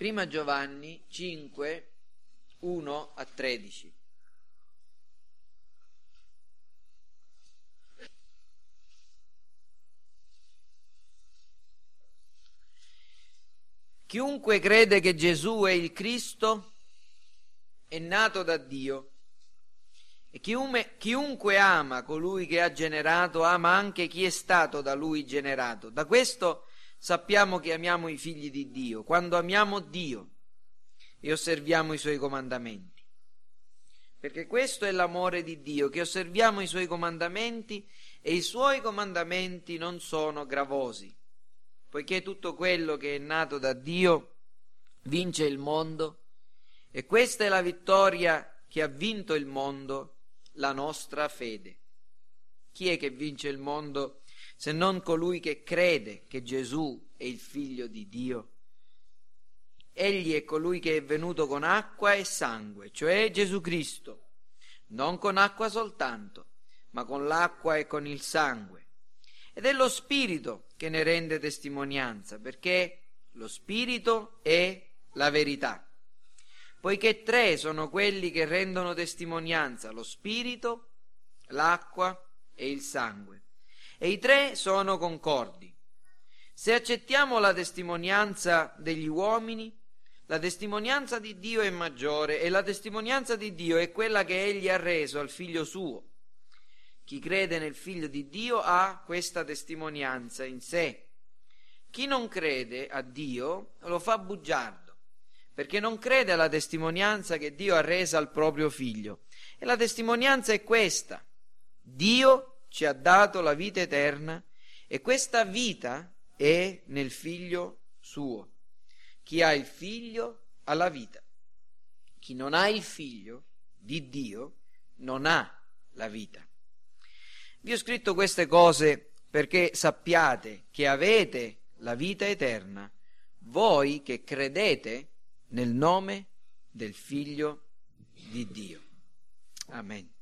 Prima Giovanni 5, 1 a 13. Chiunque crede che Gesù è il Cristo è nato da Dio, e chiunque ama colui che ha generato ama anche chi è stato da lui generato. Da questo sappiamo che amiamo i figli di Dio, quando amiamo Dio e osserviamo i suoi comandamenti. Perché questo è l'amore di Dio, che osserviamo i suoi comandamenti, e i suoi comandamenti non sono gravosi, poiché tutto quello che è nato da Dio vince il mondo, e questa è la vittoria che ha vinto il mondo, la nostra fede. Chi è che vince il mondo se non colui che crede che Gesù è il Figlio di Dio? Egli è colui che è venuto con acqua e sangue, cioè Gesù Cristo, non con acqua soltanto, ma con l'acqua e con il sangue. Ed è lo Spirito che ne rende testimonianza, perché lo Spirito è la verità. Poiché tre sono quelli che rendono testimonianza: lo Spirito, l'acqua e il sangue. E i tre sono concordi. Se accettiamo la testimonianza degli uomini, la testimonianza di Dio è maggiore, e la testimonianza di Dio è quella che Egli ha reso al Figlio suo. Chi crede nel Figlio di Dio ha questa testimonianza in sé. Chi non crede a Dio lo fa bugiardo, perché non crede alla testimonianza che Dio ha resa al proprio Figlio. E la testimonianza è questa: Dio ci ha dato la vita eterna, e questa vita è nel Figlio suo. Chi ha il Figlio ha la vita. Chi non ha il Figlio di Dio non ha la vita. Vi ho scritto queste cose perché sappiate che avete la vita eterna, voi che credete nel nome del Figlio di Dio. Amen.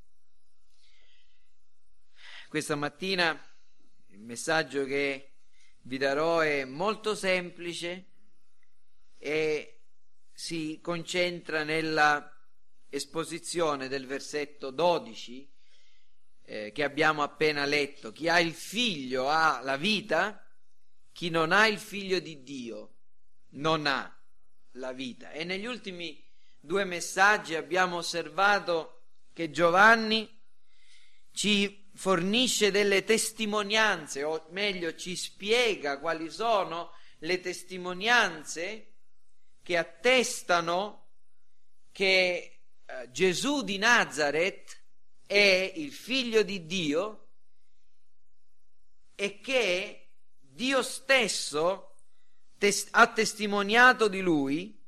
Questa mattina il messaggio che vi darò è molto semplice e si concentra nella esposizione del versetto 12 che abbiamo appena letto. Chi ha il Figlio ha la vita, chi non ha il Figlio di Dio non ha la vita. E negli ultimi due messaggi abbiamo osservato che Giovanni ci fornisce delle testimonianze, o meglio ci spiega quali sono le testimonianze che attestano che Gesù di Nazaret è il Figlio di Dio, e che Dio stesso ha testimoniato di lui.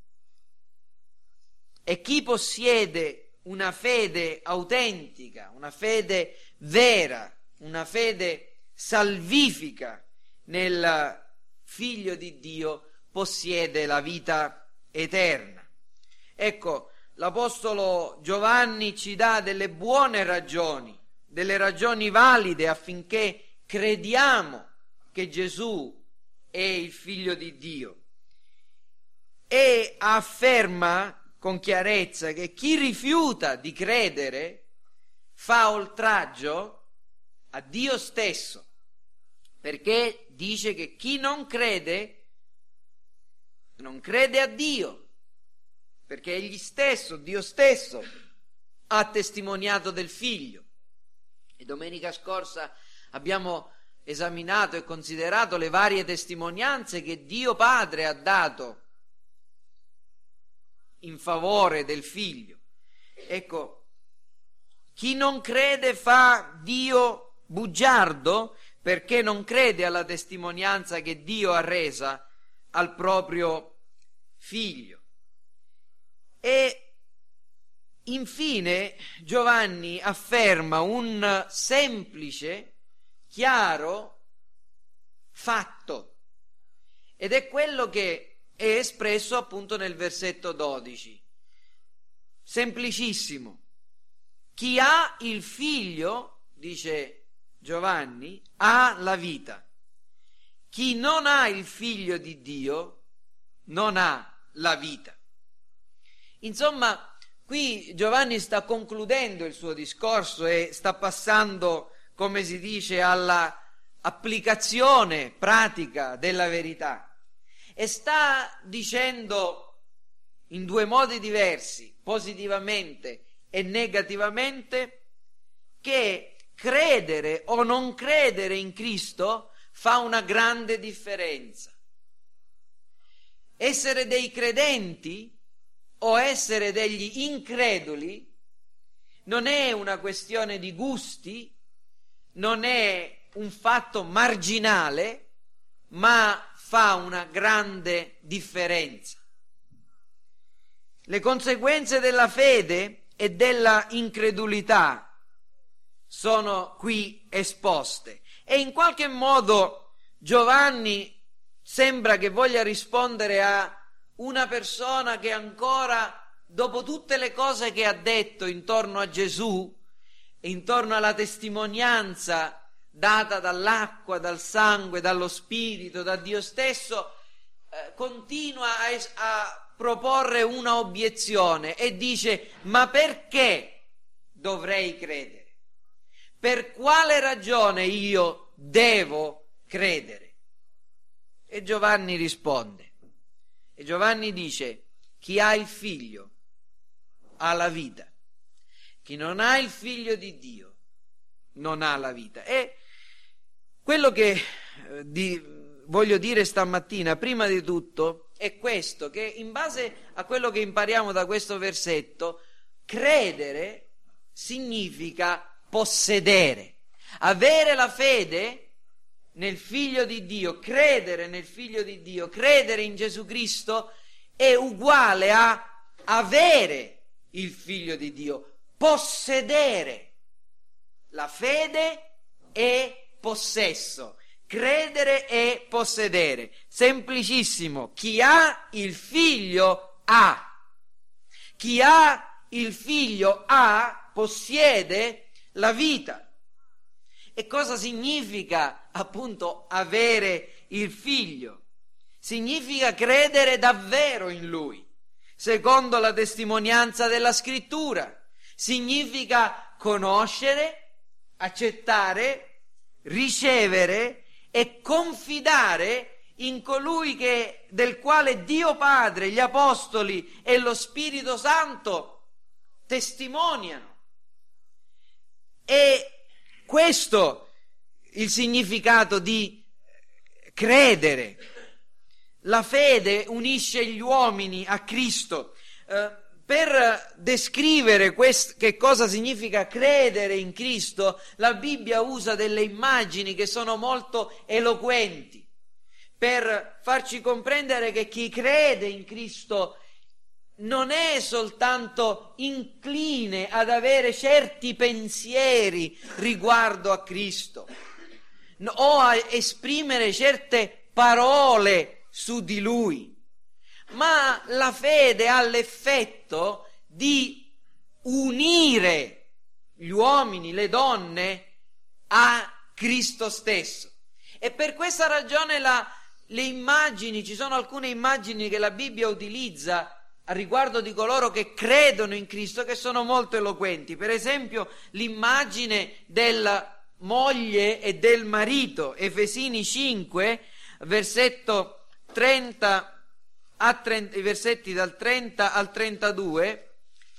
E chi possiede una fede autentica, una fede vera, una fede salvifica nel Figlio di Dio possiede la vita eterna. Ecco, l'Apostolo Giovanni ci dà delle buone ragioni, delle ragioni valide affinché crediamo che Gesù è il Figlio di Dio, e afferma con chiarezza che chi rifiuta di credere fa oltraggio a Dio stesso, perché dice che chi non crede a Dio, perché egli stesso, Dio stesso, ha testimoniato del Figlio. E domenica scorsa abbiamo esaminato e considerato le varie testimonianze che Dio Padre ha dato in favore del Figlio. Ecco, chi non crede fa Dio bugiardo, perché non crede alla testimonianza che Dio ha resa al proprio Figlio. E infine Giovanni afferma un semplice, chiaro fatto, ed è quello che è espresso appunto nel versetto 12. Semplicissimo: chi ha il Figlio, dice Giovanni, ha la vita. Chi non ha il Figlio di Dio non ha la vita. Insomma, qui Giovanni sta concludendo il suo discorso e sta passando, come si dice, alla applicazione pratica della verità e sta dicendo in due modi diversi, positivamente e negativamente, che credere o non credere in Cristo fa una grande differenza. Essere dei credenti o essere degli increduli non è una questione di gusti, non è un fatto marginale, ma fa una grande differenza. Le conseguenze della fede e della incredulità sono qui esposte e in qualche modo Giovanni sembra che voglia rispondere a una persona che ancora, dopo tutte le cose che ha detto intorno a Gesù, intorno alla testimonianza data dall'acqua, dal sangue, dallo Spirito, da Dio stesso, continua a proporre una obiezione e dice: ma perché dovrei credere? Per quale ragione io devo credere? E Giovanni risponde. E Giovanni dice: chi ha il figlio ha la vita, chi non ha il figlio di Dio non ha la vita. E quello che voglio dire stamattina, prima di tutto, è questo, che in base a quello che impariamo da questo versetto, credere significa possedere, avere la fede nel Figlio di Dio, credere nel Figlio di Dio, credere in Gesù Cristo è uguale a avere il Figlio di Dio, possedere. La fede è possesso, credere è possedere. Semplicissimo, chi ha il Figlio ha. Chi ha il Figlio possiede la vita. E cosa significa appunto avere il Figlio? Significa credere davvero in Lui, secondo la testimonianza della Scrittura. Significa conoscere, accettare, ricevere e confidare in colui del quale Dio Padre, gli Apostoli e lo Spirito Santo testimoniano. E questo il significato di credere. La fede unisce gli uomini a Cristo. Per descrivere che cosa significa credere in Cristo, la Bibbia usa delle immagini che sono molto eloquenti, per farci comprendere che chi crede in Cristo non è soltanto incline ad avere certi pensieri riguardo a Cristo o a esprimere certe parole su di Lui, ma la fede ha l'effetto di unire gli uomini, le donne a Cristo stesso. E per questa ragione le immagini, ci sono alcune immagini che la Bibbia utilizza a riguardo di coloro che credono in Cristo, che sono molto eloquenti. Per esempio l'immagine della moglie e del marito, Efesini 5, versetto 30 i versetti dal 30 al 32,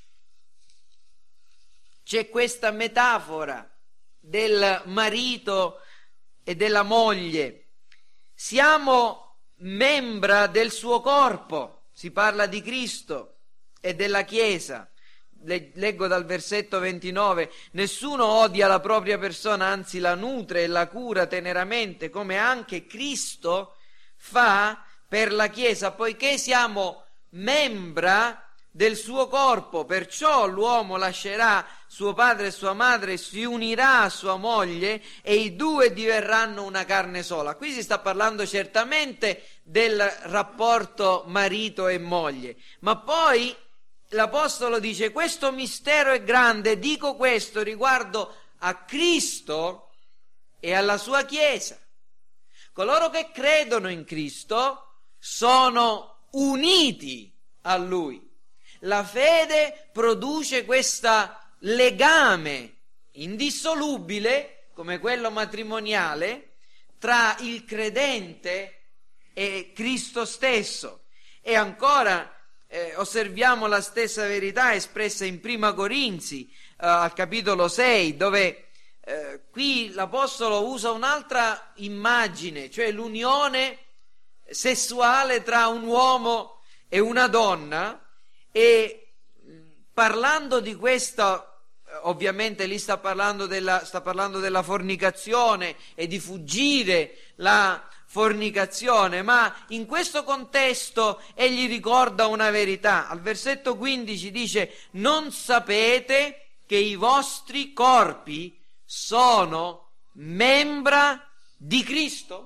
c'è questa metafora del marito e della moglie. Siamo membra del suo corpo. Si parla di Cristo e della Chiesa. Leggo dal versetto 29: nessuno odia la propria persona, anzi la nutre e la cura teneramente, come anche Cristo fa per la Chiesa, poiché siamo membra del suo corpo. Perciò l'uomo lascerà suo padre e sua madre, si unirà a sua moglie e i due diverranno una carne sola. Qui si sta parlando certamente del rapporto marito e moglie, ma poi l'Apostolo dice: questo mistero è grande, dico questo riguardo a Cristo e alla sua Chiesa. Coloro che credono in Cristo sono uniti a Lui. La fede produce questo legame indissolubile, come quello matrimoniale, tra il credente e Cristo stesso. E ancora osserviamo la stessa verità espressa in Prima Corinzi, al capitolo 6, dove qui l'Apostolo usa un'altra immagine, cioè l'unione sessuale tra un uomo e una donna, e parlando di questo, ovviamente lì sta parlando della fornicazione e di fuggire la fornicazione, ma in questo contesto egli ricorda una verità. Al versetto 15 dice: non sapete che i vostri corpi sono membra di Cristo?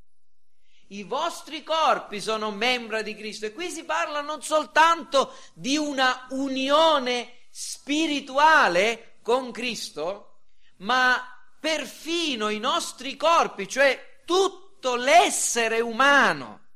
I vostri corpi sono membra di Cristo. E qui si parla non soltanto di una unione spirituale con Cristo, ma perfino i nostri corpi, cioè tutto l'essere umano.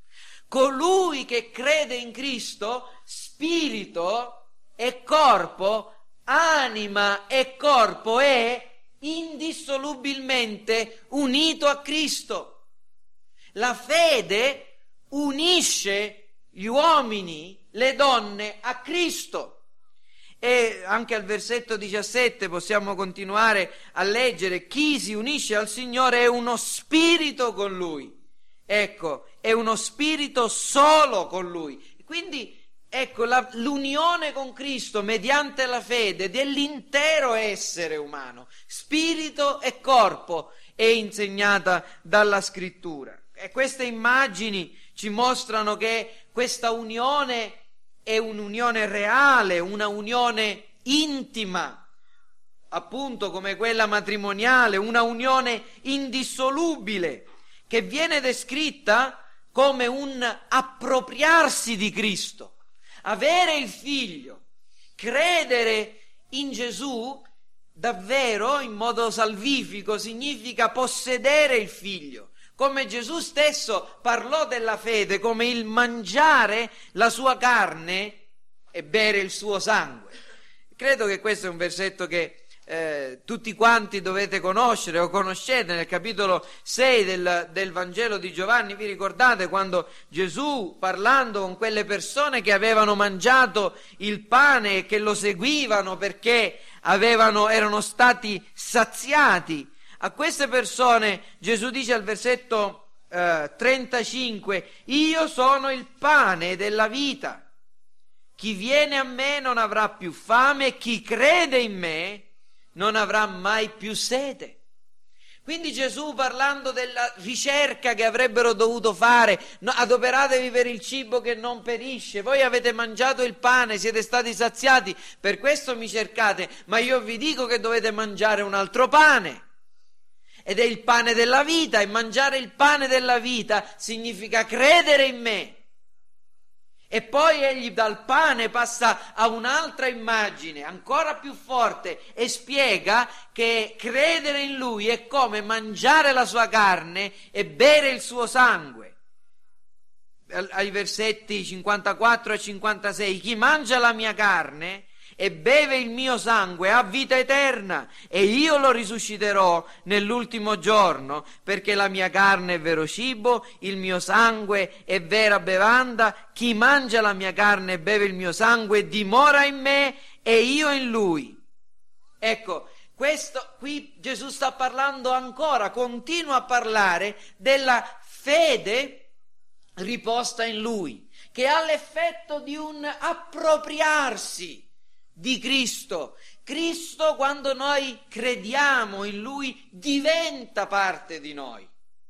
Colui che crede in Cristo, spirito e corpo, anima e corpo, è indissolubilmente unito a Cristo. La fede unisce gli uomini, le donne a Cristo. E anche al versetto 17 possiamo continuare a leggere: chi si unisce al Signore è uno spirito con Lui. Ecco, è uno spirito solo con Lui. Quindi ecco l'unione con Cristo mediante la fede dell'intero essere umano, spirito e corpo, è insegnata dalla Scrittura. E queste immagini ci mostrano che questa unione è un'unione reale, una unione intima, appunto come quella matrimoniale, una unione indissolubile, che viene descritta come un appropriarsi di Cristo. Avere il Figlio, credere in Gesù davvero in modo salvifico significa possedere il Figlio. Come Gesù stesso parlò della fede come il mangiare la sua carne e bere il suo sangue. Credo che questo è un versetto che tutti quanti dovete conoscere o conoscete. Nel capitolo 6 del Vangelo di Giovanni, vi ricordate quando Gesù, parlando con quelle persone che avevano mangiato il pane e che lo seguivano perché erano stati saziati, a queste persone Gesù dice al versetto 35: io sono il pane della vita, chi viene a me non avrà più fame e chi crede in me non avrà mai più sete. Quindi Gesù, parlando della ricerca che avrebbero dovuto fare: adoperatevi per il cibo che non perisce, voi avete mangiato il pane, siete stati saziati, per questo mi cercate, ma io vi dico che dovete mangiare un altro pane, ed è il pane della vita, e mangiare il pane della vita significa credere in me. E poi egli dal pane passa a un'altra immagine ancora più forte e spiega che credere in lui è come mangiare la sua carne e bere il suo sangue. Ai versetti 54 e 56: chi mangia la mia carne e beve il mio sangue ha vita eterna, e io lo risusciterò nell'ultimo giorno, perché la mia carne è vero cibo, il mio sangue è vera bevanda. Chi mangia la mia carne e beve il mio sangue dimora in me e io in lui. Ecco, questo qui Gesù sta parlando ancora, continua a parlare della fede riposta in lui, che ha l'effetto di un appropriarsi di Cristo. Cristo, quando noi crediamo in Lui, diventa parte di noi,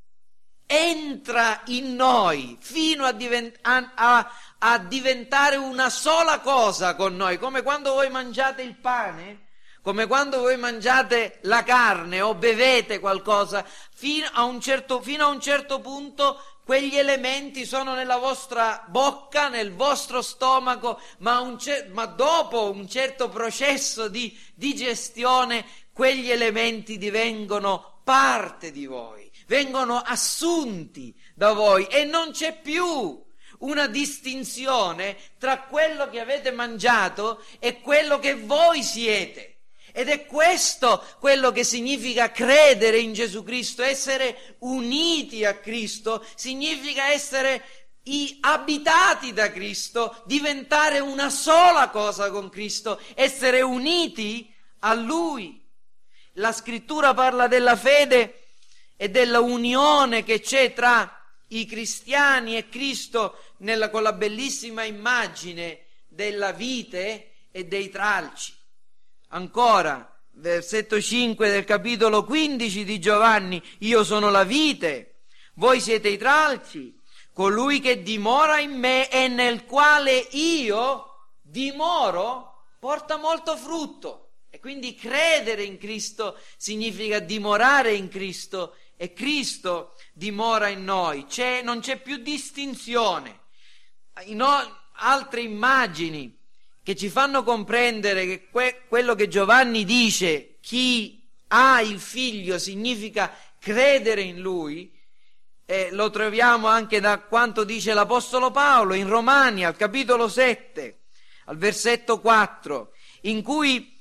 entra in noi fino a diventare una sola cosa con noi, come quando voi mangiate il pane, come quando voi mangiate la carne o bevete qualcosa, fino a un certo punto quegli elementi sono nella vostra bocca, nel vostro stomaco, ma dopo un certo processo di digestione quegli elementi divengono parte di voi, vengono assunti da voi, e non c'è più una distinzione tra quello che avete mangiato e quello che voi siete. Ed è questo quello che significa credere in Gesù Cristo, essere uniti a Cristo, significa essere abitati da Cristo, diventare una sola cosa con Cristo, essere uniti a Lui. La Scrittura parla della fede e della unione che c'è tra i cristiani e Cristo con la bellissima immagine della vite e dei tralci. Ancora, versetto 5 del capitolo 15 di Giovanni: io sono la vite, voi siete i tralci. Colui che dimora in me e nel quale io dimoro porta molto frutto. E quindi credere in Cristo significa dimorare in Cristo e Cristo dimora in noi. Non c'è più distinzione. Altre immagini che ci fanno comprendere che quello che Giovanni dice, chi ha il Figlio, significa credere in Lui, lo troviamo anche da quanto dice l'Apostolo Paolo in Romani, al capitolo 7, al versetto 4, in cui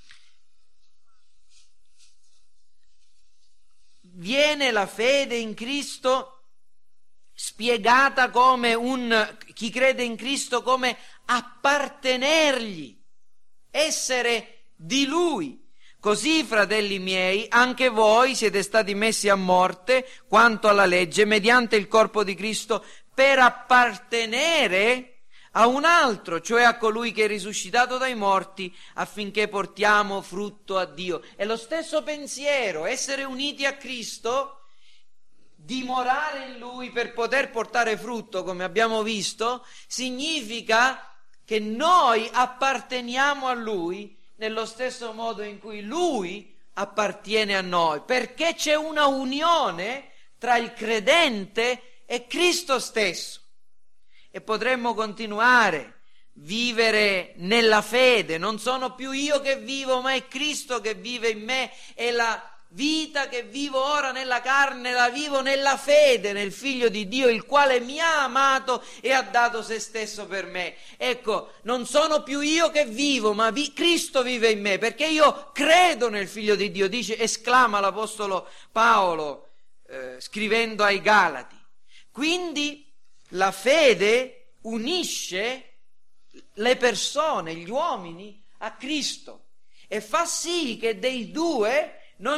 viene la fede in Cristo spiegata come chi crede in Cristo come appartenergli, essere di Lui. Così, fratelli miei, anche voi siete stati messi a morte quanto alla legge mediante il corpo di Cristo, per appartenere a un altro, cioè a colui che è risuscitato dai morti, affinché portiamo frutto a Dio. È lo stesso pensiero: essere uniti a Cristo, dimorare in Lui per poter portare frutto, come abbiamo visto, significa che noi apparteniamo a Lui nello stesso modo in cui Lui appartiene a noi, perché c'è una unione tra il credente e Cristo stesso. E potremmo continuare, vivere nella fede. Non sono più io che vivo, ma è Cristo che vive in me, e la vita che vivo ora nella carne la vivo nella fede nel Figlio di Dio, il quale mi ha amato e ha dato se stesso per me. Ecco, non sono più io che vivo, ma Cristo vive in me, perché io credo nel Figlio di Dio, esclama l'Apostolo Paolo scrivendo ai Galati. Quindi la fede unisce le persone, gli uomini, a Cristo, e fa sì che dei due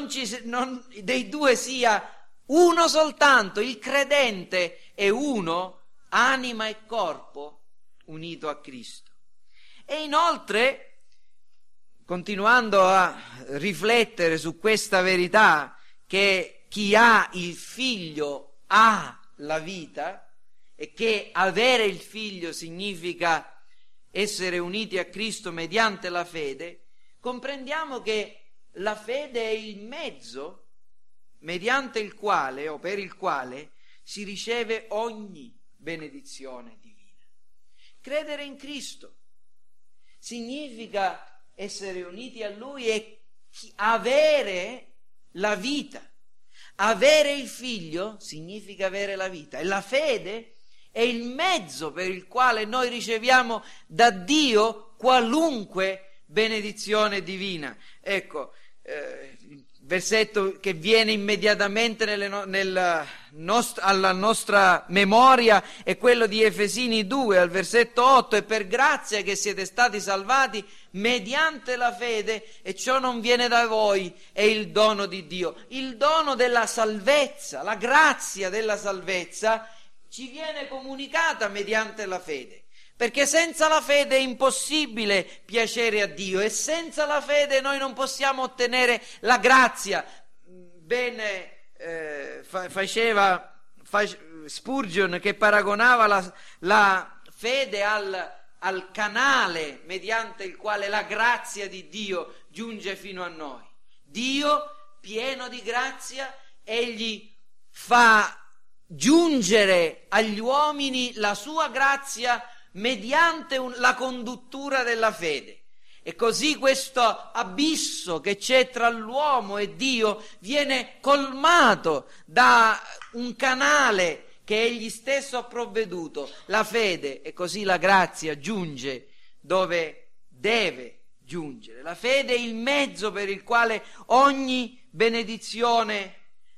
sia uno soltanto. Il credente è uno, anima e corpo, unito a Cristo. E inoltre, continuando a riflettere su questa verità, che chi ha il Figlio ha la vita, e che avere il Figlio significa essere uniti a Cristo mediante la fede, comprendiamo che la fede è il mezzo mediante il quale o per il quale si riceve ogni benedizione divina. Credere in Cristo significa essere uniti a Lui e avere la vita. Avere il Figlio significa avere la vita, e la fede è il mezzo per il quale noi riceviamo da Dio qualunque benedizione divina. Ecco, il versetto che viene immediatamente alla nostra memoria è quello di Efesini 2, al versetto 8: «È per grazia che siete stati salvati mediante la fede, e ciò non viene da voi, è il dono di Dio». Il dono della salvezza, la grazia della salvezza ci viene comunicata mediante la fede, perché senza la fede è impossibile piacere a Dio, e senza la fede noi non possiamo ottenere la grazia. Bene faceva Spurgeon, che paragonava la fede al canale mediante il quale la grazia di Dio giunge fino a noi. Dio, pieno di grazia, egli fa giungere agli uomini la sua grazia mediante la conduttura della fede. E così questo abisso che c'è tra l'uomo e Dio viene colmato da un canale che egli stesso ha provveduto. La fede e così la grazia giunge dove deve giungere. La fede è il mezzo per il quale ogni benedizione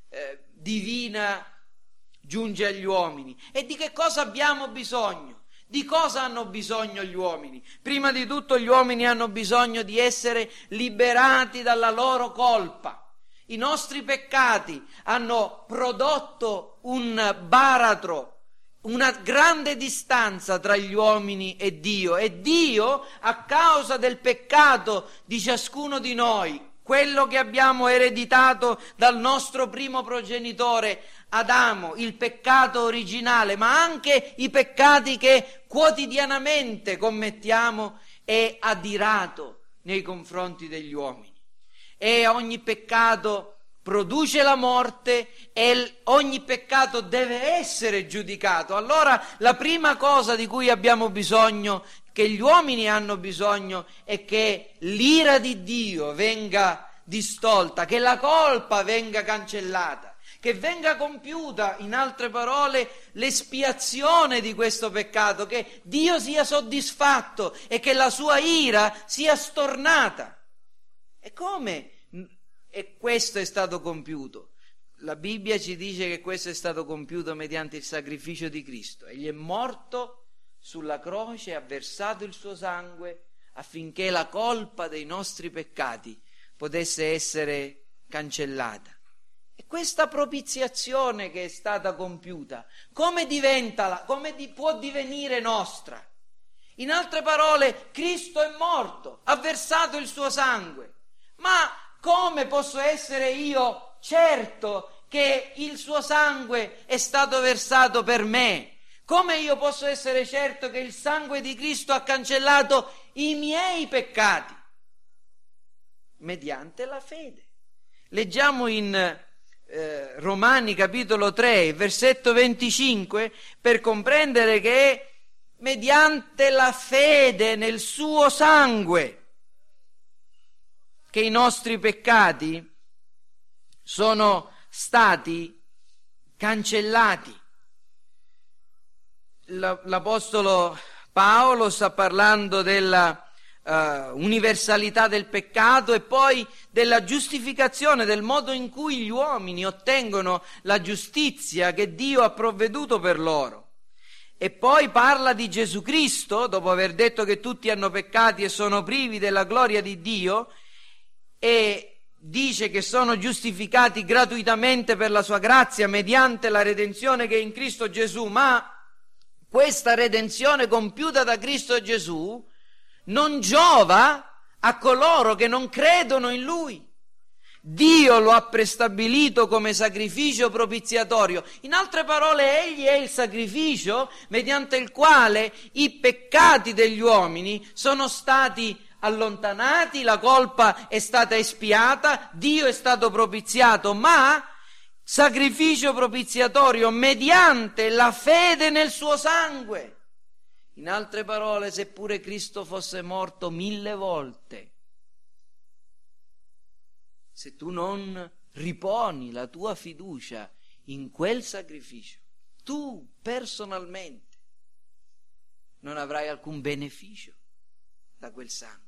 divina giunge agli uomini. E di che cosa abbiamo bisogno? Di cosa hanno bisogno gli uomini? Prima di tutto gli uomini hanno bisogno di essere liberati dalla loro colpa. I nostri peccati hanno prodotto un baratro, una grande distanza tra gli uomini e Dio, a causa del peccato di ciascuno di noi, quello che abbiamo ereditato dal nostro primo progenitore Adamo, il peccato originale, ma anche i peccati che quotidianamente commettiamo, è adirato nei confronti degli uomini. E ogni peccato produce la morte e ogni peccato deve essere giudicato. Allora la prima cosa di cui abbiamo bisogno, che gli uomini hanno bisogno, è che l'ira di Dio venga distolta, che la colpa venga cancellata, che venga compiuta, in altre parole, l'espiazione di questo peccato, che Dio sia soddisfatto e che la sua ira sia stornata. E come? E questo è stato compiuto. La Bibbia ci dice che questo è stato compiuto mediante il sacrificio di Cristo. Egli è morto sulla croce e ha versato il suo sangue affinché la colpa dei nostri peccati potesse essere cancellata. E questa propiziazione che è stata compiuta, come può divenire nostra? In altre parole, Cristo è morto, ha versato il suo sangue. Ma come posso essere io certo che il suo sangue è stato versato per me? Come io posso essere certo che il sangue di Cristo ha cancellato i miei peccati? Mediante la fede. Leggiamo in Romani capitolo 3, versetto 25, per comprendere che è mediante la fede nel suo sangue che i nostri peccati sono stati cancellati. L'Apostolo Paolo sta parlando della universalità del peccato e poi della giustificazione, del modo in cui gli uomini ottengono la giustizia che Dio ha provveduto per loro. E poi parla di Gesù Cristo, dopo aver detto che tutti hanno peccati e sono privi della gloria di Dio, e dice che sono giustificati gratuitamente per la sua grazia mediante la redenzione che è in Cristo Gesù, ma questa redenzione compiuta da Cristo Gesù non giova a coloro che non credono in Lui. Dio lo ha prestabilito come sacrificio propiziatorio. In altre parole, Egli è il sacrificio mediante il quale i peccati degli uomini sono stati allontanati, la colpa è stata espiata, Dio è stato propiziato, ma sacrificio propiziatorio mediante la fede nel suo sangue. In altre parole, seppure Cristo fosse morto 1000 volte, se tu non riponi la tua fiducia in quel sacrificio, tu personalmente non avrai alcun beneficio da quel sangue.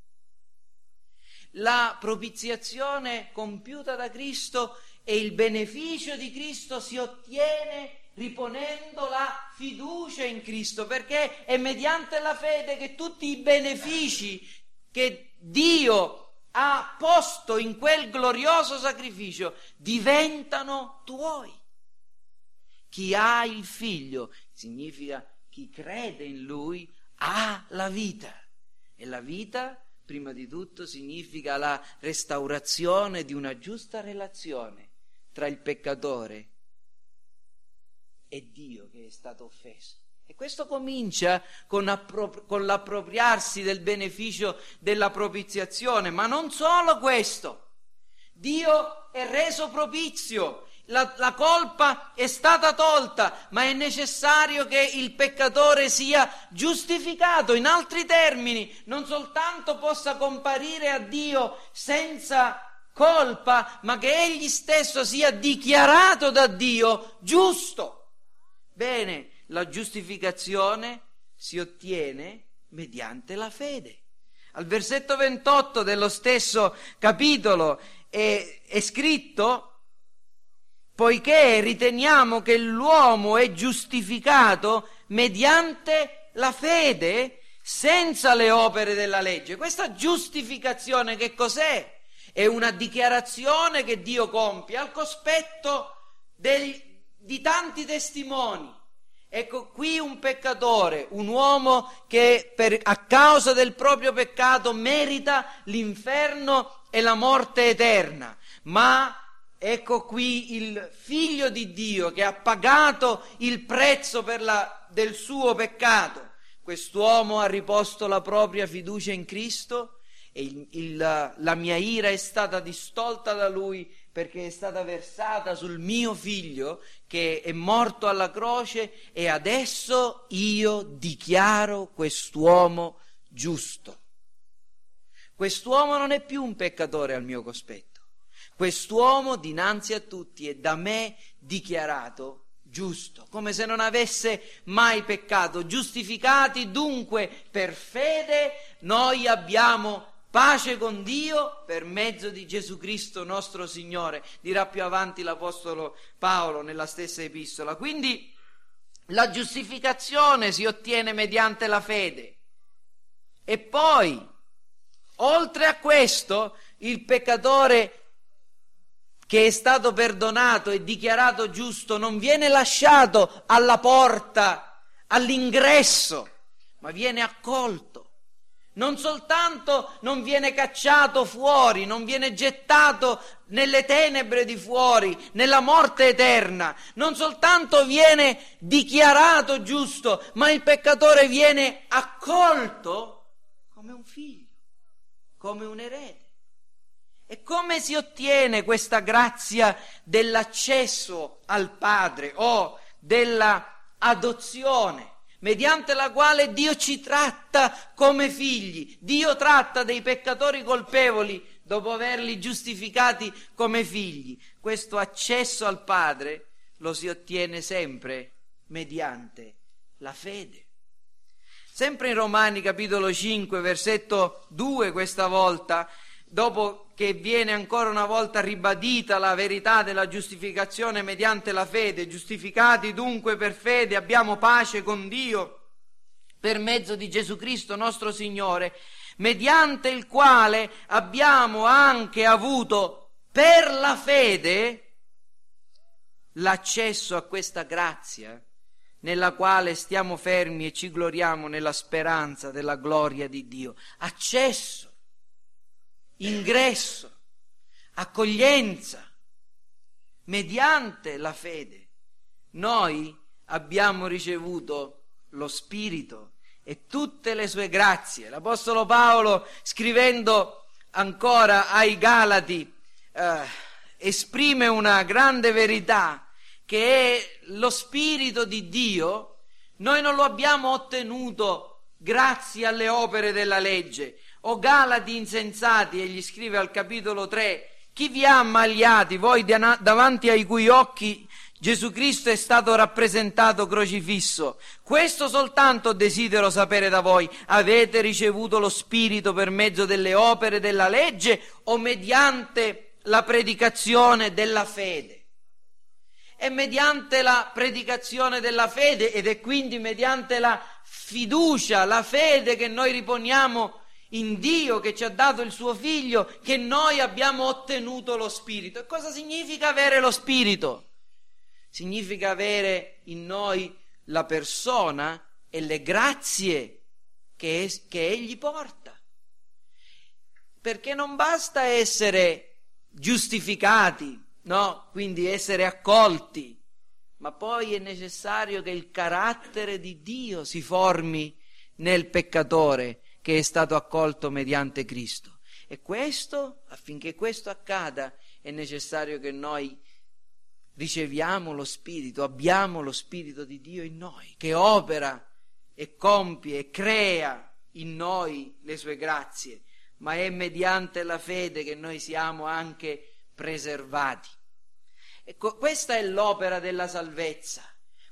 La propiziazione compiuta da Cristo e il beneficio di Cristo si ottiene riponendo la fiducia in Cristo, perché è mediante la fede che tutti i benefici che Dio ha posto in quel glorioso sacrificio diventano tuoi. Chi ha il Figlio, significa chi crede in Lui, ha la vita. E la vita, prima di tutto, significa la restaurazione di una giusta relazione tra il peccatore e Dio che è stato offeso. E questo comincia con l'appropriarsi del beneficio della propiziazione, ma non solo questo. Dio è reso propizio, la colpa è stata tolta, ma è necessario che il peccatore sia giustificato. In altri termini, non soltanto possa comparire a Dio senza colpa, ma che egli stesso sia dichiarato da Dio giusto. Bene, la giustificazione si ottiene mediante la fede. Al versetto 28 dello stesso capitolo è scritto: poiché riteniamo che l'uomo è giustificato mediante la fede senza le opere della legge. Questa giustificazione che cos'è? È una dichiarazione che Dio compie al cospetto di tanti testimoni. Ecco qui un peccatore, un uomo che a causa del proprio peccato merita l'inferno e la morte eterna, ma ecco qui il Figlio di Dio che ha pagato il prezzo del suo peccato. Quest'uomo ha riposto la propria fiducia in Cristo e la mia ira è stata distolta da lui, perché è stata versata sul mio figlio che è morto alla croce, e adesso io dichiaro quest'uomo giusto. Quest'uomo non è più un peccatore al mio cospetto. Quest'uomo dinanzi a tutti è da me dichiarato giusto, come se non avesse mai peccato. Giustificati dunque per fede, noi abbiamo pace con Dio per mezzo di Gesù Cristo nostro Signore, dirà più avanti l'Apostolo Paolo nella stessa epistola. Quindi la giustificazione si ottiene mediante la fede. E poi, oltre a questo, il peccatore che è stato perdonato e dichiarato giusto non viene lasciato alla porta, all'ingresso, ma viene accolto. Non soltanto non viene cacciato fuori, non viene gettato nelle tenebre di fuori, nella morte eterna, non soltanto viene dichiarato giusto, ma il peccatore viene accolto come un figlio, come un erede. E come si ottiene questa grazia dell'accesso al Padre o della adozione? Mediante la quale Dio ci tratta come figli. Dio tratta dei peccatori colpevoli dopo averli giustificati come figli. Questo accesso al Padre lo si ottiene sempre mediante la fede. Sempre in Romani capitolo 5 versetto 2 questa volta, dopo che viene ancora una volta ribadita la verità della giustificazione mediante la fede: giustificati dunque per fede abbiamo pace con Dio per mezzo di Gesù Cristo nostro Signore, mediante il quale abbiamo anche avuto per la fede l'accesso a questa grazia, nella quale stiamo fermi e ci gloriamo nella speranza della gloria di Dio. Accesso, ingresso, accoglienza, mediante la fede. Noi abbiamo ricevuto lo Spirito e tutte le sue grazie. L'Apostolo Paolo, scrivendo ancora ai Galati, esprime una grande verità, che è lo Spirito di Dio. Noi non lo abbiamo ottenuto grazie alle opere della legge. O Galati insensati, egli scrive al capitolo 3, chi vi ha ammaliati, voi davanti ai cui occhi Gesù Cristo è stato rappresentato crocifisso? Questo soltanto desidero sapere da voi: avete ricevuto lo Spirito per mezzo delle opere della legge o mediante la predicazione della fede? È mediante la predicazione della fede, ed è quindi mediante la fiducia, la fede che noi riponiamo in Dio che ci ha dato il suo Figlio, che noi abbiamo ottenuto lo Spirito. E cosa significa avere lo Spirito? Significa avere in noi la persona e le grazie che Egli porta. Perché non basta essere giustificati, no? Quindi essere accolti, ma poi è necessario che il carattere di Dio si formi nel peccatore che è stato accolto mediante Cristo. E questo, affinché questo accada, è necessario che noi riceviamo lo Spirito, abbiamo lo Spirito di Dio in noi, che opera e compie e crea in noi le sue grazie, ma è mediante la fede che noi siamo anche preservati. Ecco, questa è l'opera della salvezza.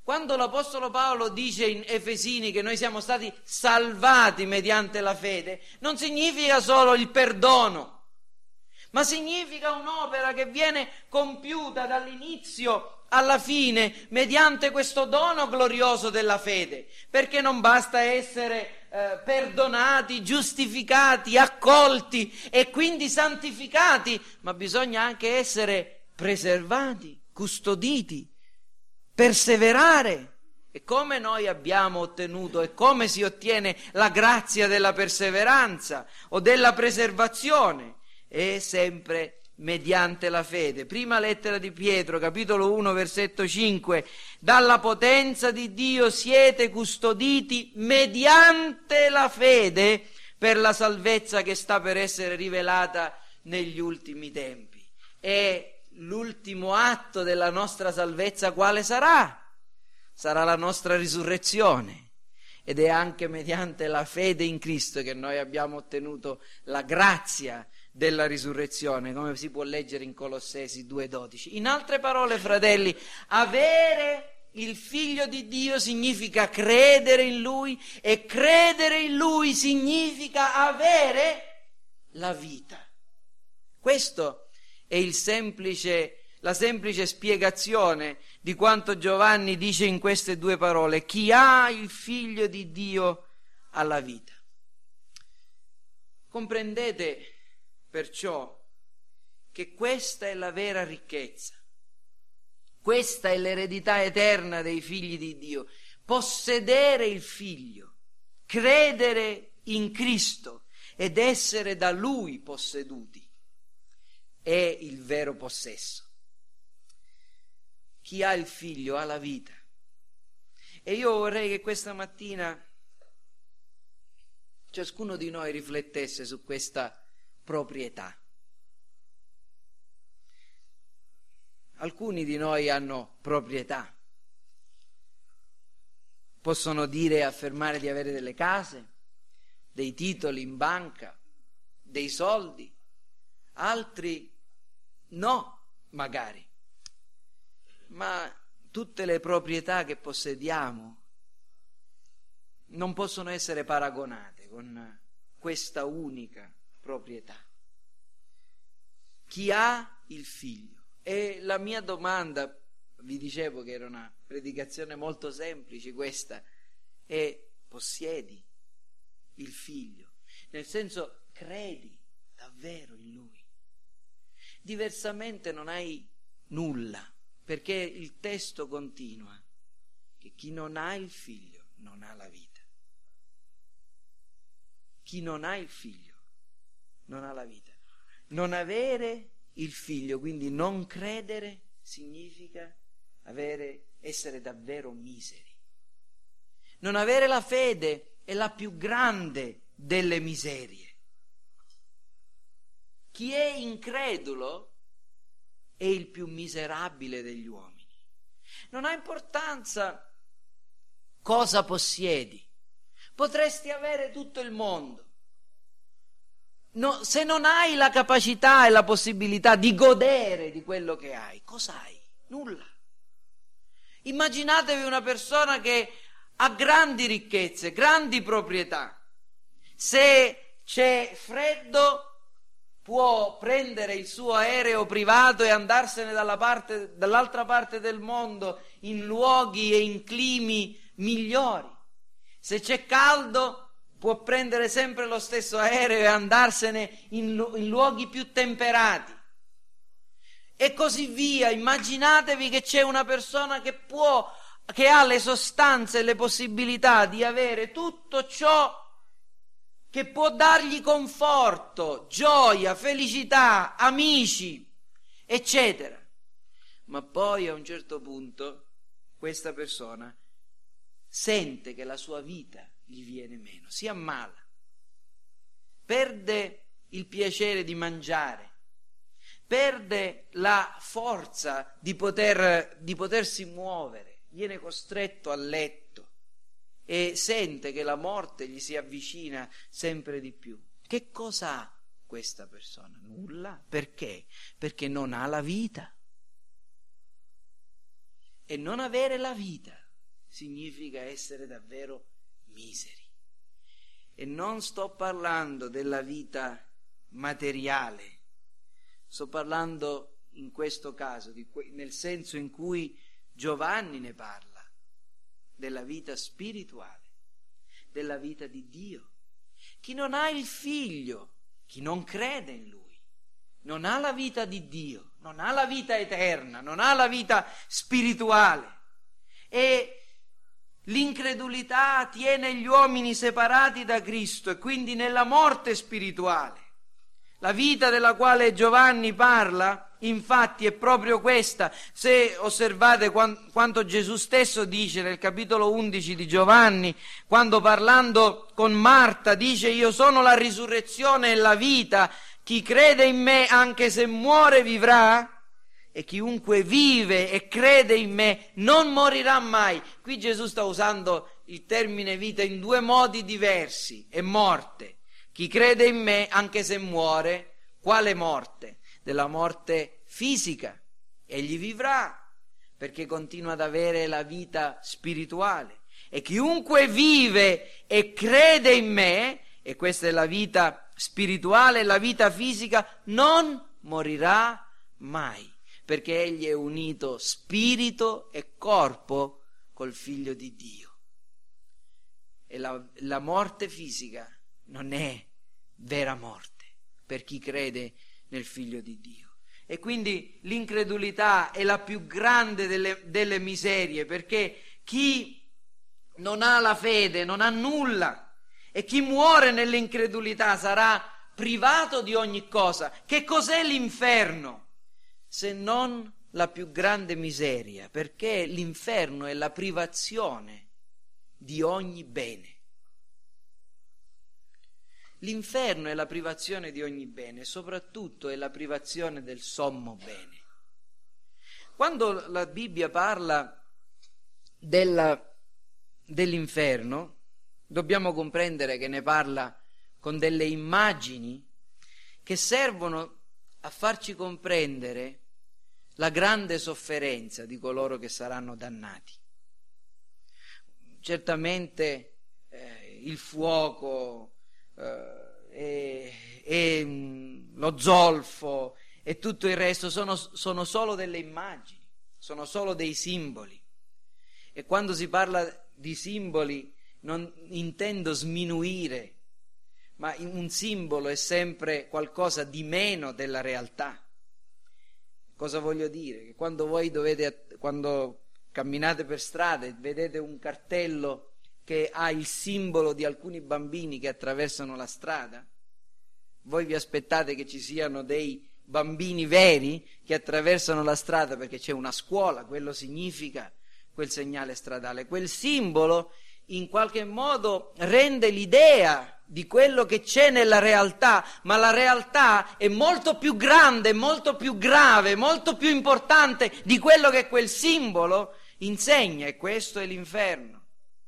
Quando l'Apostolo Paolo dice in Efesini che noi siamo stati salvati mediante la fede, non significa solo il perdono, ma significa un'opera che viene compiuta dall'inizio alla fine mediante questo dono glorioso della fede, perché non basta essere perdonati, giustificati, accolti e quindi santificati, ma bisogna anche essere preservati, custoditi, perseverare. E come noi abbiamo ottenuto e come si ottiene la grazia della perseveranza o della preservazione? È sempre mediante la fede. Prima lettera di Pietro, capitolo 1, versetto 5: dalla potenza di Dio siete custoditi mediante la fede per la salvezza che sta per essere rivelata negli ultimi tempi. E l'ultimo atto della nostra salvezza quale sarà? Sarà la nostra risurrezione, ed è anche mediante la fede in Cristo che noi abbiamo ottenuto la grazia della risurrezione, come si può leggere in Colossesi 2,12. In altre parole, fratelli, avere il Figlio di Dio significa credere in Lui, e credere in Lui significa avere la vita. Questo è la semplice spiegazione di quanto Giovanni dice in queste due parole: chi ha il Figlio di Dio ha la vita. Comprendete perciò che questa è la vera ricchezza, questa è l'eredità eterna dei figli di Dio: possedere il Figlio, credere in Cristo ed essere da Lui posseduti è il vero possesso. Chi ha il Figlio ha la vita. E io vorrei che questa mattina ciascuno di noi riflettesse su questa proprietà. Alcuni di noi hanno proprietà, possono dire e affermare di avere delle case, dei titoli in banca, dei soldi, altri no, magari. Ma tutte le proprietà che possediamo non possono essere paragonate con questa unica proprietà. Chi ha il Figlio? E la mia domanda, vi dicevo che era una predicazione molto semplice questa, è: possiedi il Figlio? Nel senso, credi davvero in Lui? Diversamente non hai nulla, perché il testo continua che chi non ha il Figlio non ha la vita. Chi non ha il Figlio non ha la vita. Non avere il Figlio, quindi non credere, significa essere davvero miseri. Non avere la fede è la più grande delle miserie. Chi è incredulo è il più miserabile degli uomini. Non ha importanza cosa possiedi. Potresti avere tutto il mondo. No, se non hai la capacità e la possibilità di godere di quello che hai, cosa hai? Nulla. Immaginatevi una persona che ha grandi ricchezze, grandi proprietà. Se c'è freddo, può prendere il suo aereo privato e andarsene dall'altra parte del mondo in luoghi e in climi migliori. Se c'è caldo, può prendere sempre lo stesso aereo e andarsene in luoghi più temperati. E così via. Immaginatevi che c'è una persona che ha le sostanze e le possibilità di avere tutto ciò che può dargli conforto, gioia, felicità, amici, eccetera. Ma poi a un certo punto questa persona sente che la sua vita gli viene meno, si ammala, perde il piacere di mangiare, perde la forza di potersi muovere, viene costretto a letto e sente che la morte gli si avvicina sempre di più. Che cosa ha questa persona? Nulla. Perché? Perché non ha la vita. E non avere la vita significa essere davvero miseri. E non sto parlando della vita materiale, sto parlando in questo caso, nel senso in cui Giovanni ne parla, della vita spirituale, della vita di Dio. Chi non ha il Figlio, chi non crede in Lui, non ha la vita di Dio, non ha la vita eterna, non ha la vita spirituale. E l'incredulità tiene gli uomini separati da Cristo e quindi nella morte spirituale. La vita della quale Giovanni parla, infatti, è proprio questa. Se osservate quanto Gesù stesso dice nel capitolo 11 di Giovanni, quando parlando con Marta dice: io sono la risurrezione e la vita, chi crede in me anche se muore vivrà, e chiunque vive e crede in me non morirà mai. Qui Gesù sta usando il termine vita in due modi diversi, è morte. Chi crede in me, anche se muore, quale morte? Della morte fisica. Egli vivrà, perché continua ad avere la vita spirituale. E chiunque vive e crede in me, e questa è la vita spirituale, la vita fisica, non morirà mai, perché egli è unito spirito e corpo col Figlio di Dio. E la morte fisica non è vera morte per chi crede nel Figlio di Dio. E quindi l'incredulità è la più grande delle miserie, perché chi non ha la fede non ha nulla, e chi muore nell'incredulità sarà privato di ogni cosa. Che cos'è l'inferno se non la più grande miseria? Perché l'inferno è la privazione di ogni bene. L'inferno è la privazione di ogni bene, soprattutto è la privazione del sommo bene. Quando la Bibbia parla dell'inferno, dobbiamo comprendere che ne parla con delle immagini che servono a farci comprendere la grande sofferenza di coloro che saranno dannati. Certamente il fuoco e lo zolfo e tutto il resto sono solo delle immagini, sono solo dei simboli. E quando si parla di simboli non intendo sminuire, ma un simbolo è sempre qualcosa di meno della realtà. Cosa voglio dire? Che quando voi quando camminate per strada e vedete un cartello che ha il simbolo di alcuni bambini che attraversano la strada, voi vi aspettate che ci siano dei bambini veri che attraversano la strada perché c'è una scuola, quello significa quel segnale stradale. Quel simbolo in qualche modo rende l'idea di quello che c'è nella realtà, ma la realtà è molto più grande, molto più grave, molto più importante di quello che quel simbolo insegna, e questo è l'inferno.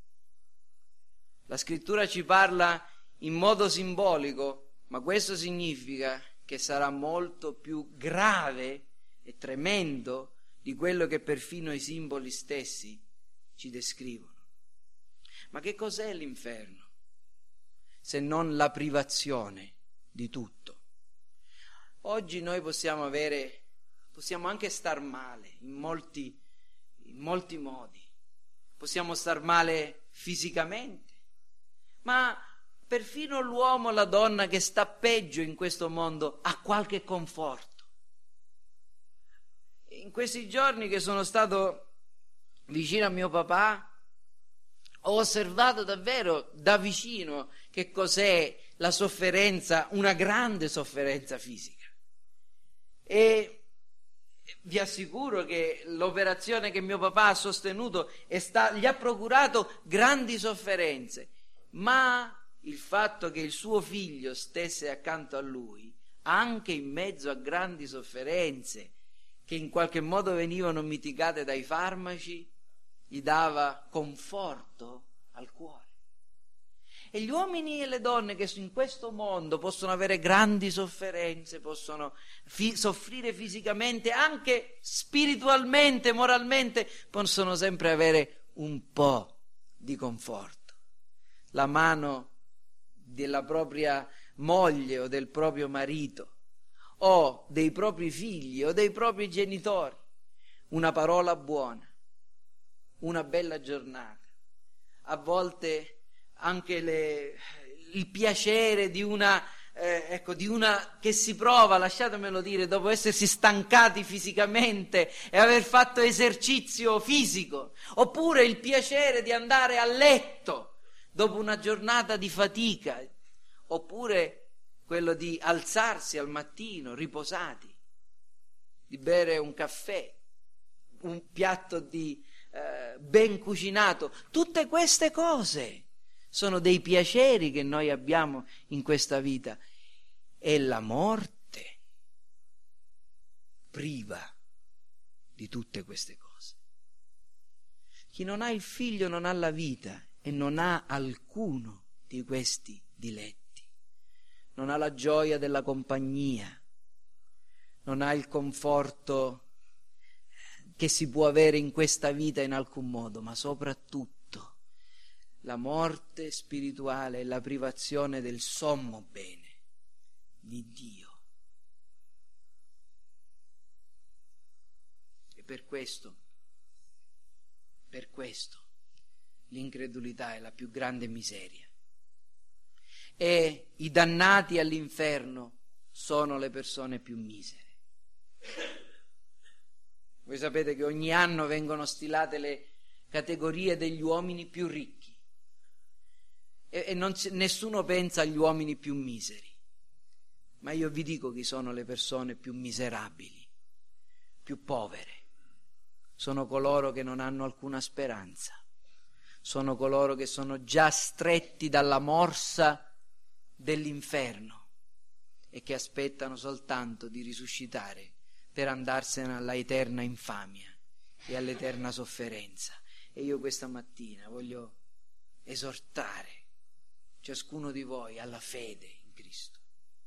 La scrittura ci parla in modo simbolico, ma questo significa che sarà molto più grave e tremendo di quello che perfino i simboli stessi ci descrivono. Ma che cos'è l'inferno? Se non la privazione di tutto. Oggi noi possiamo anche star male in molti modi. Possiamo star male fisicamente, ma perfino l'uomo, la donna che sta peggio in questo mondo ha qualche conforto. In questi giorni che sono stato vicino a mio papà, ho osservato davvero da vicino che cos'è la sofferenza, una grande sofferenza fisica. E vi assicuro che l'operazione che mio papà ha sostenuto gli ha procurato grandi sofferenze, ma il fatto che il suo figlio stesse accanto a lui, anche in mezzo a grandi sofferenze che in qualche modo venivano mitigate dai farmaci, gli dava conforto al cuore. E gli uomini e le donne che in questo mondo possono avere grandi sofferenze, possono soffrire fisicamente, anche spiritualmente, moralmente, possono sempre avere un po' di conforto. La mano della propria moglie o del proprio marito o dei propri figli o dei propri genitori, una parola buona, una bella giornata, a volte anche il piacere di una che si prova, lasciatemelo dire, dopo essersi stancati fisicamente e aver fatto esercizio fisico, oppure il piacere di andare a letto dopo una giornata di fatica, oppure quello di alzarsi al mattino riposati, di bere un caffè, un piatto di ben cucinato. Tutte queste cose sono dei piaceri che noi abbiamo in questa vita, e la morte priva di tutte queste cose. Chi non ha il figlio non ha la vita e non ha alcuno di questi diletti. Non ha la gioia della compagnia, non ha il conforto che si può avere in questa vita in alcun modo, ma soprattutto la morte spirituale e la privazione del sommo bene di Dio. E per questo l'incredulità è la più grande miseria. E i dannati all'inferno sono le persone più misere. Voi sapete che ogni anno vengono stilate le categorie degli uomini più ricchi e nessuno pensa agli uomini più miseri, ma io vi dico chi sono le persone più miserabili, più povere. Sono coloro che non hanno alcuna speranza, sono coloro che sono già stretti dalla morsa dell'inferno e che aspettano soltanto di risuscitare per andarsene alla eterna infamia e all'eterna sofferenza. E io questa mattina voglio esortare ciascuno di voi alla fede in Cristo.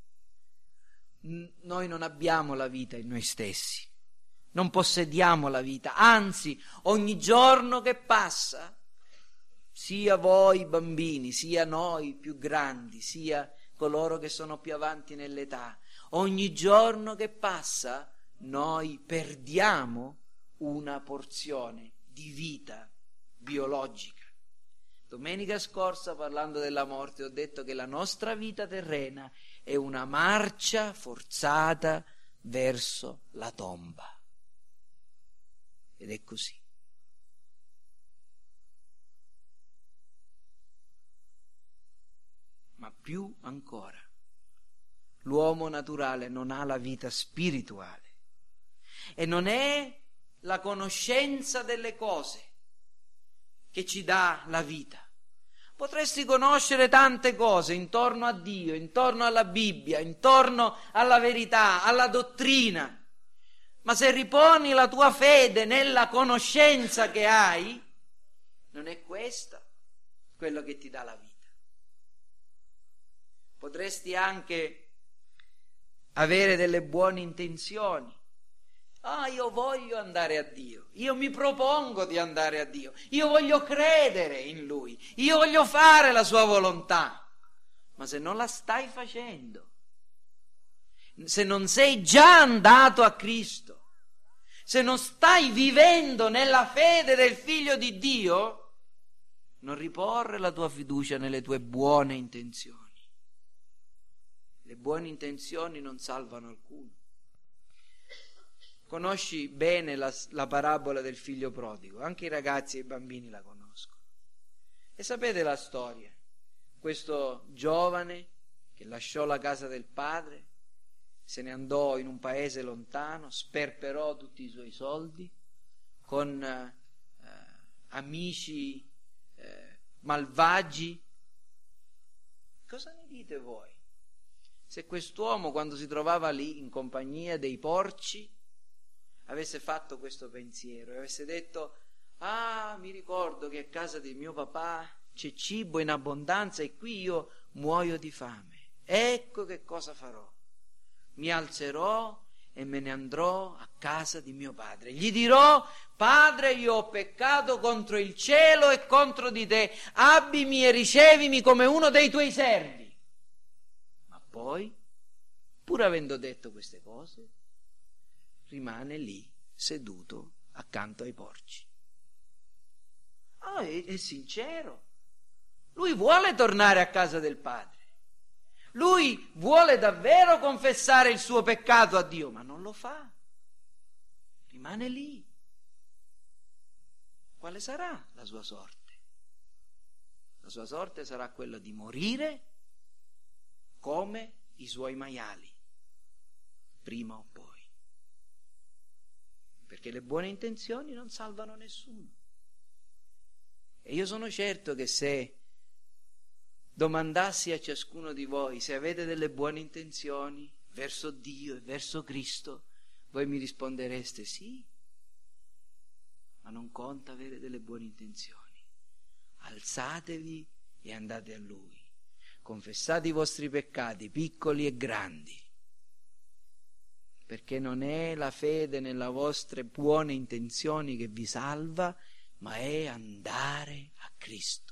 Noi non abbiamo la vita in noi stessi, non possediamo la vita, anzi ogni giorno che passa, sia voi bambini, sia noi più grandi, sia coloro che sono più avanti nell'età, ogni giorno che passa noi perdiamo una porzione di vita biologica. Domenica scorsa, parlando della morte, ho detto che la nostra vita terrena è una marcia forzata verso la tomba. Ed è così. Ma più ancora, l'uomo naturale non ha la vita spirituale e non è la conoscenza delle cose che ci dà la vita. Potresti conoscere tante cose intorno a Dio, intorno alla Bibbia, intorno alla verità, alla dottrina, ma se riponi la tua fede nella conoscenza che hai, non è questa quello che ti dà la vita. Potresti anche avere delle buone intenzioni. Io voglio andare a Dio, io mi propongo di andare a Dio, io voglio credere in Lui, io voglio fare la Sua volontà. Ma se non la stai facendo, se non sei già andato a Cristo, se non stai vivendo nella fede del Figlio di Dio, non riporre la tua fiducia nelle tue buone intenzioni. Le buone intenzioni non salvano alcuno. Conosci bene la parabola del figlio prodigo, anche i ragazzi e i bambini la conoscono. E sapete la storia? Questo giovane che lasciò la casa del padre, se ne andò in un paese lontano, sperperò tutti i suoi soldi con amici malvagi. Cosa ne dite voi? Se quest'uomo, quando si trovava lì in compagnia dei porci, avesse fatto questo pensiero e avesse detto: mi ricordo che a casa di mio papà c'è cibo in abbondanza e qui io muoio di fame, ecco che cosa farò, mi alzerò e me ne andrò a casa di mio padre. Gli dirò: Padre, io ho peccato contro il cielo e contro di te, abbimi e ricevimi come uno dei tuoi servi. Ma poi, pur avendo detto queste cose, rimane lì seduto accanto ai porci. È sincero. Lui vuole tornare a casa del padre. Lui vuole davvero confessare il suo peccato a Dio, ma non lo fa. Rimane lì. Quale sarà la sua sorte? La sua sorte sarà quella di morire come i suoi maiali, prima o poi. Perché le buone intenzioni non salvano nessuno. E io sono certo che se domandassi a ciascuno di voi se avete delle buone intenzioni verso Dio e verso Cristo, voi mi rispondereste sì, ma non conta avere delle buone intenzioni. Alzatevi e andate a Lui. Confessate i vostri peccati, piccoli e grandi, perché non è la fede nelle vostre buone intenzioni che vi salva, ma è andare a Cristo.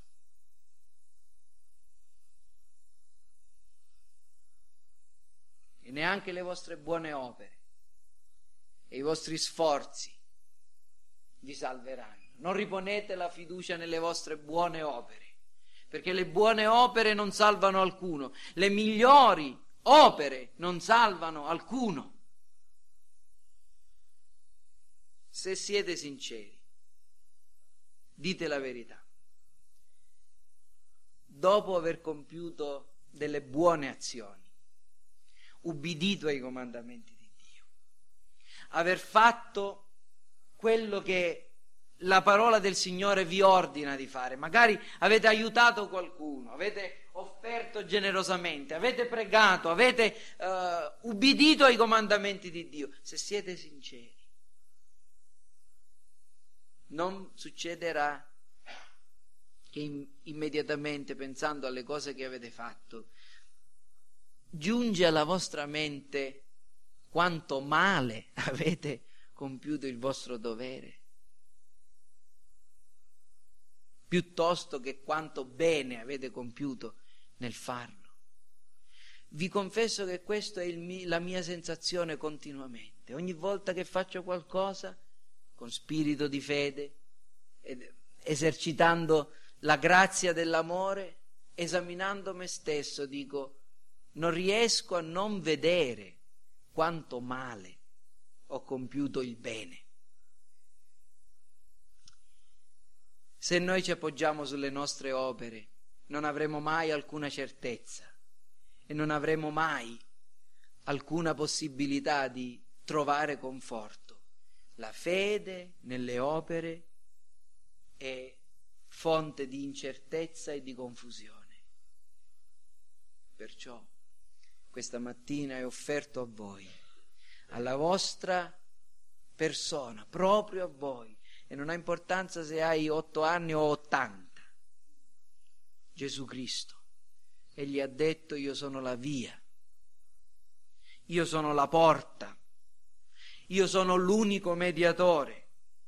E neanche le vostre buone opere e i vostri sforzi vi salveranno. Non riponete la fiducia nelle vostre buone opere, perché le buone opere non salvano alcuno, le migliori opere non salvano alcuno. Se siete sinceri, dite la verità. Dopo aver compiuto delle buone azioni, ubbidito ai comandamenti di Dio, aver fatto quello che la parola del Signore vi ordina di fare, magari avete aiutato qualcuno, avete offerto generosamente, avete pregato, avete ubbidito ai comandamenti di Dio, se siete sinceri, non succederà che immediatamente, pensando alle cose che avete fatto, giunge alla vostra mente quanto male avete compiuto il vostro dovere, piuttosto che quanto bene avete compiuto nel farlo. Vi confesso che questa è la mia sensazione continuamente. Ogni volta che faccio qualcosa con spirito di fede, esercitando la grazia dell'amore, esaminando me stesso, dico: non riesco a non vedere quanto male ho compiuto il bene. Se noi ci appoggiamo sulle nostre opere, non avremo mai alcuna certezza e non avremo mai alcuna possibilità di trovare conforto. La fede nelle opere è fonte di incertezza e di confusione. Perciò questa mattina è offerto a voi, alla vostra persona, proprio a voi, e non ha importanza se hai 8 anni o 80, Gesù Cristo. Egli ha detto: io sono la via, io sono la porta, io sono l'unico mediatore.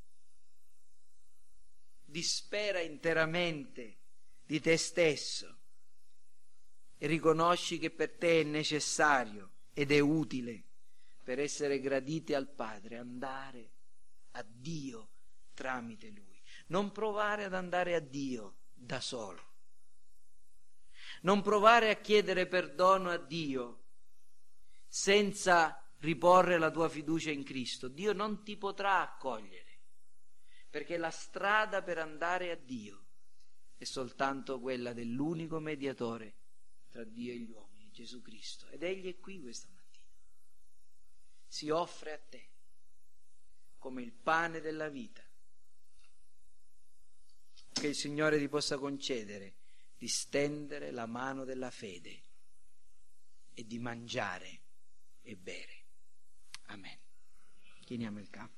Dispera interamente di te stesso e riconosci che per te è necessario ed è utile, per essere graditi al Padre, andare a Dio tramite Lui. Non provare ad andare a Dio da solo. Non provare a chiedere perdono a Dio senza riporre la tua fiducia in Cristo. Dio non ti potrà accogliere, perché la strada per andare a Dio è soltanto quella dell'unico mediatore tra Dio e gli uomini, Gesù Cristo. Ed Egli è qui questa mattina. Si offre a te come il pane della vita. Che il Signore ti possa concedere di stendere la mano della fede e di mangiare e bere. Amen. Chiniamo il capo.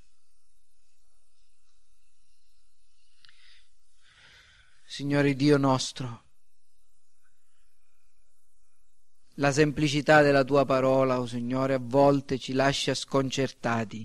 Signore Dio nostro, La semplicità della tua parola, o Signore, a volte ci lascia sconcertati.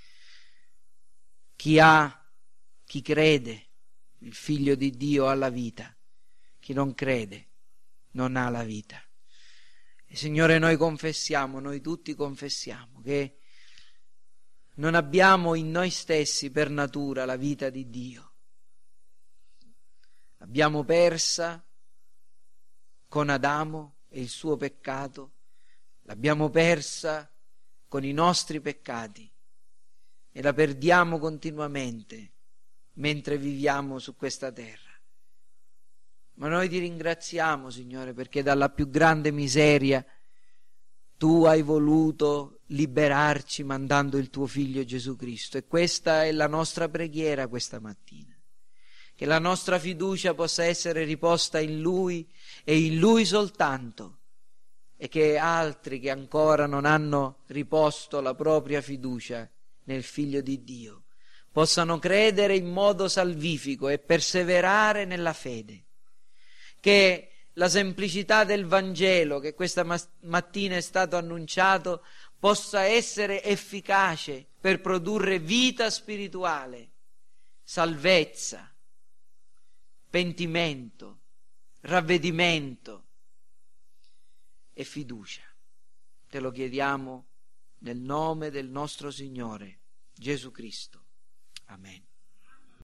Chi crede, il Figlio di Dio ha la vita. Chi non crede non ha la vita. E Signore, noi tutti confessiamo che non abbiamo in noi stessi per natura la vita di Dio. L'abbiamo persa con Adamo e il suo peccato, l'abbiamo persa con i nostri peccati e la perdiamo continuamente mentre viviamo su questa terra. Ma noi ti ringraziamo, Signore, perché dalla più grande miseria tu hai voluto liberarci mandando il tuo Figlio Gesù Cristo. E questa è la nostra preghiera questa mattina. Che la nostra fiducia possa essere riposta in Lui e in Lui soltanto. E che altri che ancora non hanno riposto la propria fiducia nel Figlio di Dio possano credere in modo salvifico e perseverare nella fede. Che la semplicità del Vangelo che questa mattina è stato annunciato possa essere efficace per produrre vita spirituale, salvezza, pentimento, ravvedimento e fiducia. Te lo chiediamo nel nome del nostro Signore Gesù Cristo. Amen.